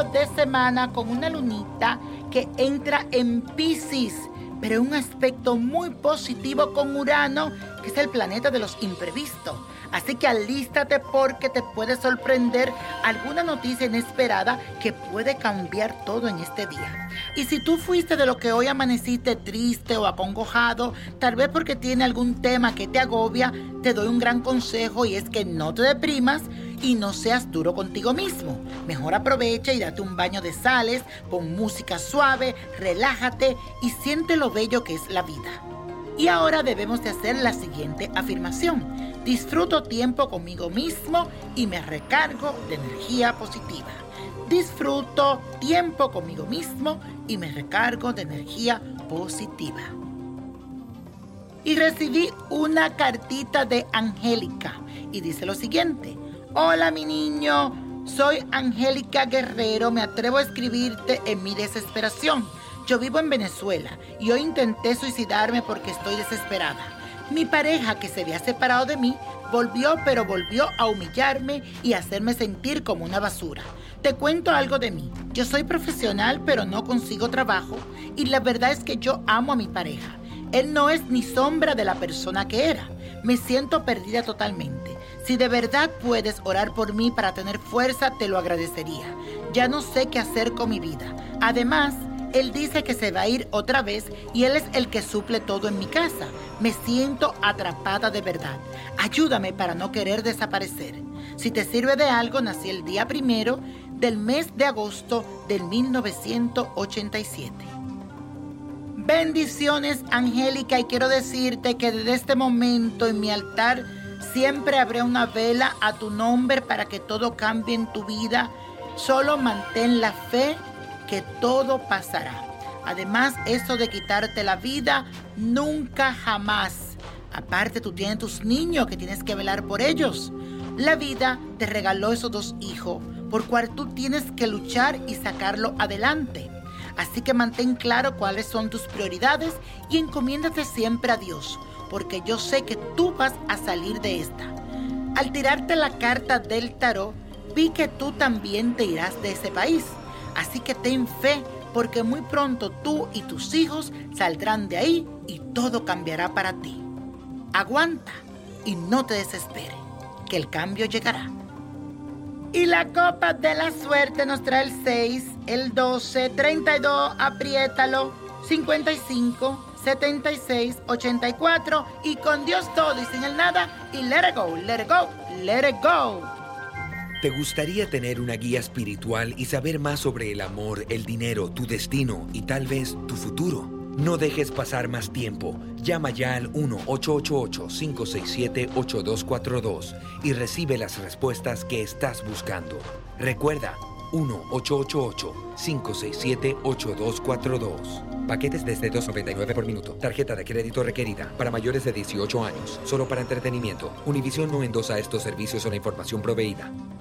inicio de semana con una lunita que entra en Piscis, pero un aspecto muy positivo con Urano, que es el planeta de los imprevistos. Así que alístate porque te puede sorprender alguna noticia inesperada que puede cambiar todo en este día. Y si tú fuiste de lo que hoy amaneciste triste o acongojado, tal vez porque tiene algún tema que te agobia, te doy un gran consejo y es que no te deprimas y no seas duro contigo mismo. Mejor aprovecha y date un baño de sales, pon música suave, relájate y siente lo bello que es la vida. Y ahora debemos de hacer la siguiente afirmación. Disfruto tiempo conmigo mismo y me recargo de energía positiva. Disfruto tiempo conmigo mismo y me recargo de energía positiva. Y recibí una cartita de Angélica y dice lo siguiente. Hola mi niño, soy Angélica Guerrero, me atrevo a escribirte en mi desesperación. Yo vivo en Venezuela y hoy intenté suicidarme porque estoy desesperada. Mi pareja, que se había separado de mí, volvió a humillarme y hacerme sentir como una basura. Te cuento algo de mí. Yo soy profesional, pero no consigo trabajo y la verdad es que yo amo a mi pareja. Él no es ni sombra de la persona que era. Me siento perdida totalmente. Si de verdad puedes orar por mí para tener fuerza, te lo agradecería. Ya no sé qué hacer con mi vida. Además, él dice que se va a ir otra vez y él es el que suple todo en mi casa. Me siento atrapada de verdad. Ayúdame para no querer desaparecer. Si te sirve de algo, nací el día 1 del mes de agosto del 1987. Bendiciones, Angélica, y quiero decirte que desde este momento en mi altar siempre habrá una vela a tu nombre para que todo cambie en tu vida. Solo mantén la fe que todo pasará. Además, eso de quitarte la vida, nunca jamás. Aparte, tú tienes tus niños que tienes que velar por ellos. La vida te regaló esos 2 hijos, por cual tú tienes que luchar y sacarlo adelante. Así que mantén claro cuáles son tus prioridades y encomiéndate siempre a Dios, porque yo sé que tú vas a salir de esta. Al tirarte la carta del tarot, vi que tú también te irás de ese país. Así que ten fe, porque muy pronto tú y tus hijos saldrán de ahí y todo cambiará para ti. Aguanta y no te desesperes, que el cambio llegará. Y la copa de la suerte nos trae el 6, el 12, 32, apriétalo, 55, 76, 84 y con Dios todo y sin el nada y let it go, let it go, let it go. ¿Te gustaría tener una guía espiritual y saber más sobre el amor, el dinero, tu destino y tal vez tu futuro? No dejes pasar más tiempo. Llama ya al 1-888-567-8242 y recibe las respuestas que estás buscando. Recuerda, 1-888-567-8242. Paquetes desde $2.99 por minuto. Tarjeta de crédito requerida para mayores de 18 años. Solo para entretenimiento. Univision no endosa estos servicios o la información proveída.